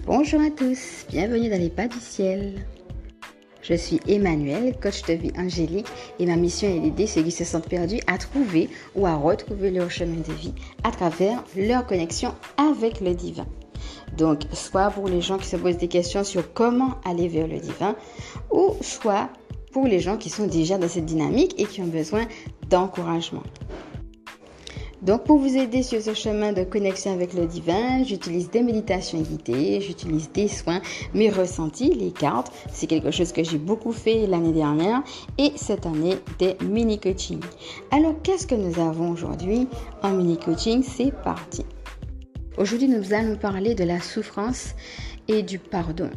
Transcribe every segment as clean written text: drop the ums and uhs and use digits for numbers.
Bonjour à tous, bienvenue dans les pas du ciel. Je suis Emmanuelle, coach de vie angélique et ma mission est d'aider ceux qui se sentent perdus à trouver ou à retrouver leur chemin de vie à travers leur connexion avec le divin. Donc, soit pour les gens qui se posent des questions sur comment aller vers le divin ou soit pour les gens qui sont déjà dans cette dynamique et qui ont besoin d'encouragement. Donc, pour vous aider sur ce chemin de connexion avec le divin, j'utilise des méditations guidées, j'utilise des soins, mes ressentis, les cartes. C'est quelque chose que j'ai beaucoup fait l'année dernière et cette année, des mini-coachings. Alors, qu'est-ce que nous avons aujourd'hui en mini-coaching? C'est parti. Aujourd'hui, nous allons parler de la souffrance et du pardon.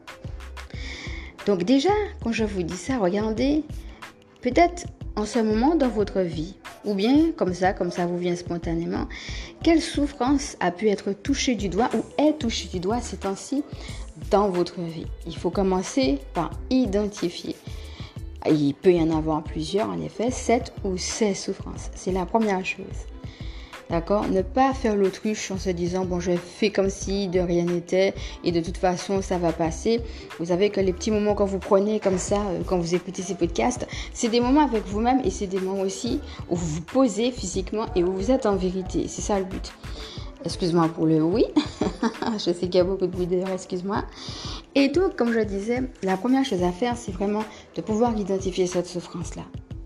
Donc déjà, quand je vous dis ça, regardez, peut-être en ce moment dans votre vie, ou bien comme ça vous vient spontanément, quelle souffrance a pu être touchée du doigt ou est touchée du doigt ces temps-ci dans votre vie? Il faut commencer par identifier. Il peut y en avoir plusieurs, en effet, 7 ou 16 souffrances. C'est la première chose. D'accord? Ne pas faire l'autruche en se disant, bon, je fais comme si de rien n'était et de toute façon, ça va passer. Vous savez que les petits moments que vous prenez comme ça, quand vous écoutez ces podcasts, c'est des moments avec vous-même et c'est des moments aussi où vous vous posez physiquement et où vous êtes en vérité. C'est ça le but. Excuse-moi pour le oui. Je sais qu'il y a beaucoup de bruit dehors, excuse-moi. Et donc, comme je disais, la première chose à faire, c'est vraiment de pouvoir identifier cette souffrance-là.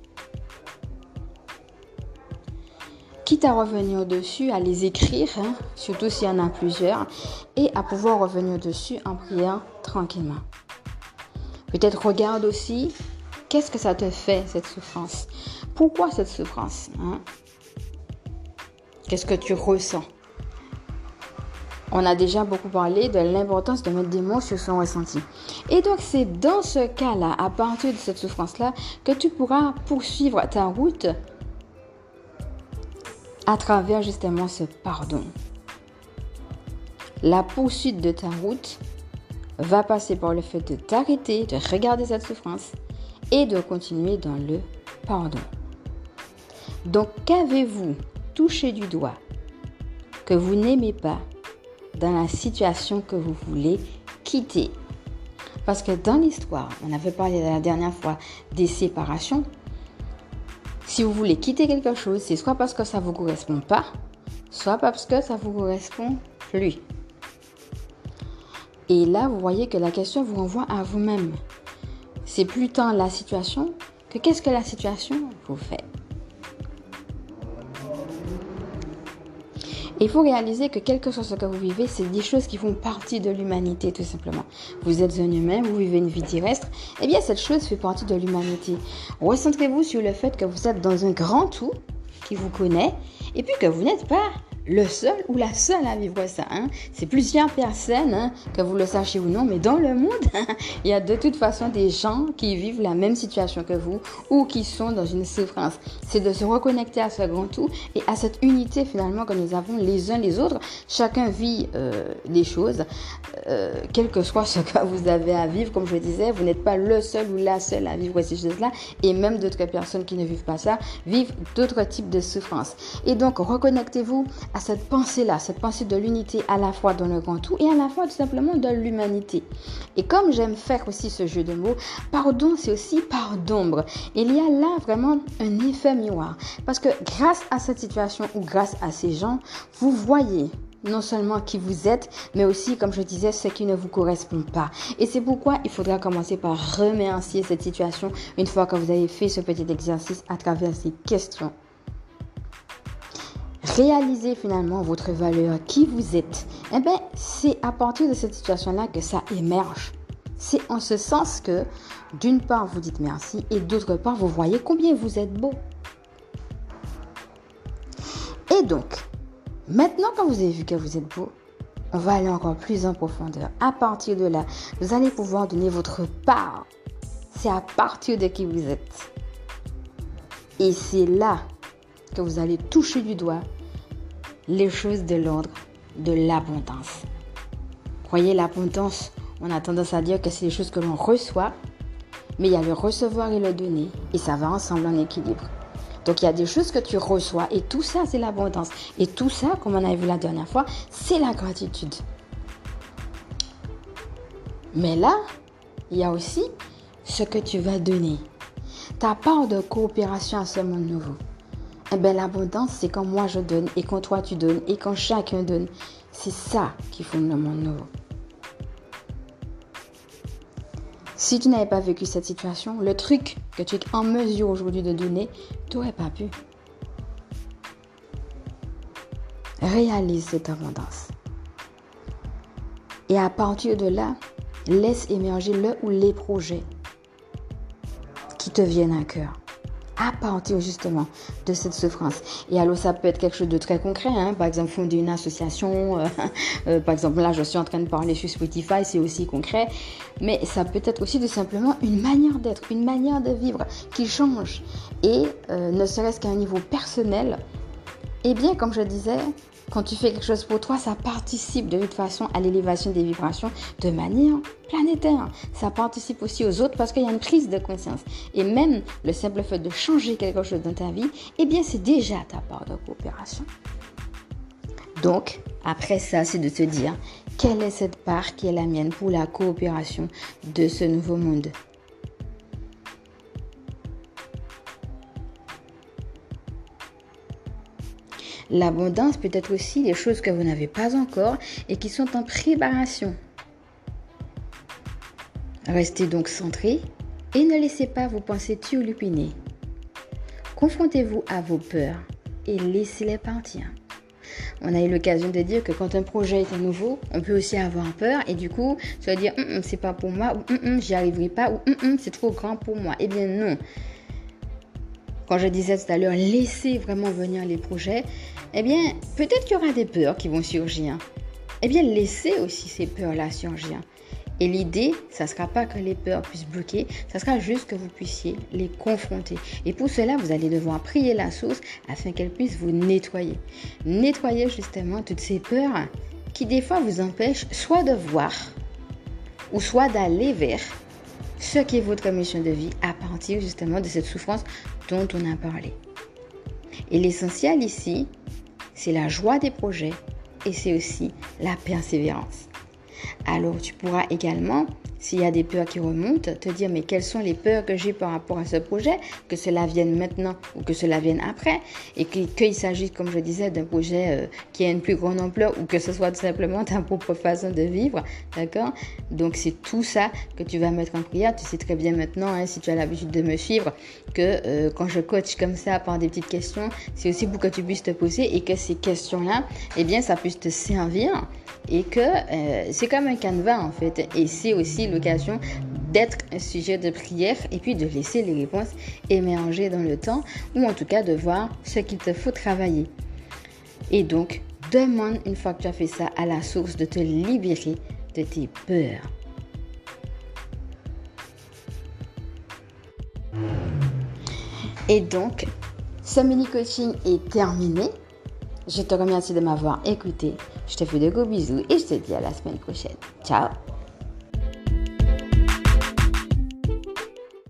Quitte à revenir dessus, à les écrire, surtout s'il y en a plusieurs, et à pouvoir revenir dessus en priant tranquillement. Peut-être regarde aussi, qu'est-ce que ça te fait cette souffrance? Pourquoi cette souffrance? Qu'est-ce que tu ressens? On a déjà beaucoup parlé de l'importance de mettre des mots sur son ressenti. Et donc c'est dans ce cas-là, à partir de cette souffrance-là, que tu pourras poursuivre ta route à travers justement ce pardon. La poursuite de ta route va passer par le fait de t'arrêter, de regarder cette souffrance et de continuer dans le pardon. Donc, qu'avez-vous touché du doigt que vous n'aimez pas dans la situation que vous voulez quitter? Parce que dans l'histoire, on avait parlé la dernière fois des séparations. Si vous voulez quitter quelque chose, c'est soit parce que ça ne vous correspond pas, soit parce que ça ne vous correspond plus. Et là, vous voyez que la question vous renvoie à vous-même. C'est plus tant la situation que qu'est-ce que la situation vous fait. Il faut réaliser que quel que soit ce que vous vivez, c'est des choses qui font partie de l'humanité tout simplement. Vous êtes un humain, vous vivez une vie terrestre, eh bien cette chose fait partie de l'humanité. Recentrez-vous sur le fait que vous êtes dans un grand tout qui vous connaît et puis que vous n'êtes pas le seul ou la seule à vivre ça. C'est plusieurs personnes, que vous le sachiez ou non, mais dans le monde, il y a de toute façon des gens qui vivent la même situation que vous ou qui sont dans une souffrance. C'est de se reconnecter à ce grand tout et à cette unité finalement que nous avons les uns les autres. Chacun vit les choses, quel que soit ce que vous avez à vivre. Comme je disais, vous n'êtes pas le seul ou la seule à vivre ces choses-là et même d'autres personnes qui ne vivent pas ça vivent d'autres types de souffrances. Et donc, reconnectez-vous à cette pensée-là, cette pensée de l'unité à la fois dans le grand tout et à la fois tout simplement de l'humanité. Et comme j'aime faire aussi ce jeu de mots, pardon, c'est aussi part d'ombre. Il y a là vraiment un effet miroir. Parce que grâce à cette situation ou grâce à ces gens, vous voyez non seulement qui vous êtes, mais aussi, comme je disais, ce qui ne vous correspond pas. Et c'est pourquoi il faudra commencer par remercier cette situation une fois que vous avez fait ce petit exercice à travers ces questions. Réalisez finalement votre valeur, qui vous êtes. Eh bien, c'est à partir de cette situation-là que ça émerge. C'est en ce sens que, d'une part, vous dites merci et d'autre part, vous voyez combien vous êtes beau. Et donc, maintenant que vous avez vu que vous êtes beau, on va aller encore plus en profondeur. À partir de là, vous allez pouvoir donner votre part. C'est à partir de qui vous êtes. Et c'est là que vous allez toucher du doigt les choses de l'ordre de l'abondance. Voyez, l'abondance, on a tendance à dire que c'est des choses que l'on reçoit, mais il y a le recevoir et le donner, et ça va ensemble en équilibre. Donc, il y a des choses que tu reçois, et tout ça, c'est l'abondance. Et tout ça, comme on avait vu la dernière fois, c'est la gratitude. Mais là, il y a aussi ce que tu vas donner. Ta part de coopération à ce monde nouveau. Eh bien, l'abondance, c'est quand moi je donne et quand toi tu donnes et quand chacun donne. C'est ça qui fonde le monde nouveau. Si tu n'avais pas vécu cette situation, le truc que tu es en mesure aujourd'hui de donner, tu n'aurais pas pu. Réalise cette abondance. Et à partir de là, laisse émerger le ou les projets qui te viennent à cœur. À partir justement de cette souffrance. Et alors ça peut être quelque chose de très concret, hein? Par exemple fonder une association, par exemple là je suis en train de parler sur Spotify, c'est aussi concret, mais ça peut être aussi tout simplement une manière d'être, une manière de vivre qui change. Et ne serait-ce qu'à un niveau personnel, eh bien comme je disais, quand tu fais quelque chose pour toi, ça participe de toute façon à l'élévation des vibrations de manière planétaire. Ça participe aussi aux autres parce qu'il y a une prise de conscience. Et même le simple fait de changer quelque chose dans ta vie, eh bien c'est déjà ta part de coopération. Donc, après ça, c'est de te dire, quelle est cette part qui est la mienne pour la coopération de ce nouveau monde ? L'abondance peut être aussi des choses que vous n'avez pas encore et qui sont en préparation. Restez donc centré et ne laissez pas vos pensées turlupiner. Confrontez-vous à vos peurs et laissez-les partir. On a eu l'occasion de dire que quand un projet est nouveau, on peut aussi avoir peur et du coup, se dire c'est pas pour moi ou j'y arriverai pas ou c'est trop grand pour moi. Eh bien non. Quand je disais tout à l'heure, laissez vraiment venir les projets, eh bien, peut-être qu'il y aura des peurs qui vont surgir. Eh bien, laissez aussi ces peurs-là surgir. Et l'idée, ça ne sera pas que les peurs puissent bloquer, ça sera juste que vous puissiez les confronter. Et pour cela, vous allez devoir prier la source afin qu'elle puisse vous nettoyer. Nettoyer justement toutes ces peurs qui des fois vous empêchent soit de voir ou soit d'aller vers ce qui est votre mission de vie à partir justement de cette souffrance dont on a parlé. Et l'essentiel ici, c'est la joie des projets et c'est aussi la persévérance. Alors tu pourras également, s'il y a des peurs qui remontent, te dire mais quelles sont les peurs que j'ai par rapport à ce projet, que cela vienne maintenant ou que cela vienne après, et qu'il s'agisse, comme je disais, d'un projet qui a une plus grande ampleur ou que ce soit tout simplement ta propre façon de vivre, d'accord ? Donc c'est tout ça que tu vas mettre en prière. Tu sais très bien maintenant, hein, si tu as l'habitude de me suivre, que quand je coach comme ça par des petites questions, c'est aussi pour que tu puisses te poser et que ces questions-là, eh bien ça puisse te servir. Et que c'est comme un canevas en fait, et c'est aussi l'occasion d'être un sujet de prière et puis de laisser les réponses émerger dans le temps ou en tout cas de voir ce qu'il te faut travailler. Et donc, demande une fois que tu as fait ça à la source de te libérer de tes peurs. Et donc, ce mini-coaching est terminé. Je te remercie de m'avoir écouté. Je te fais de gros bisous et je te dis à la semaine prochaine. Ciao!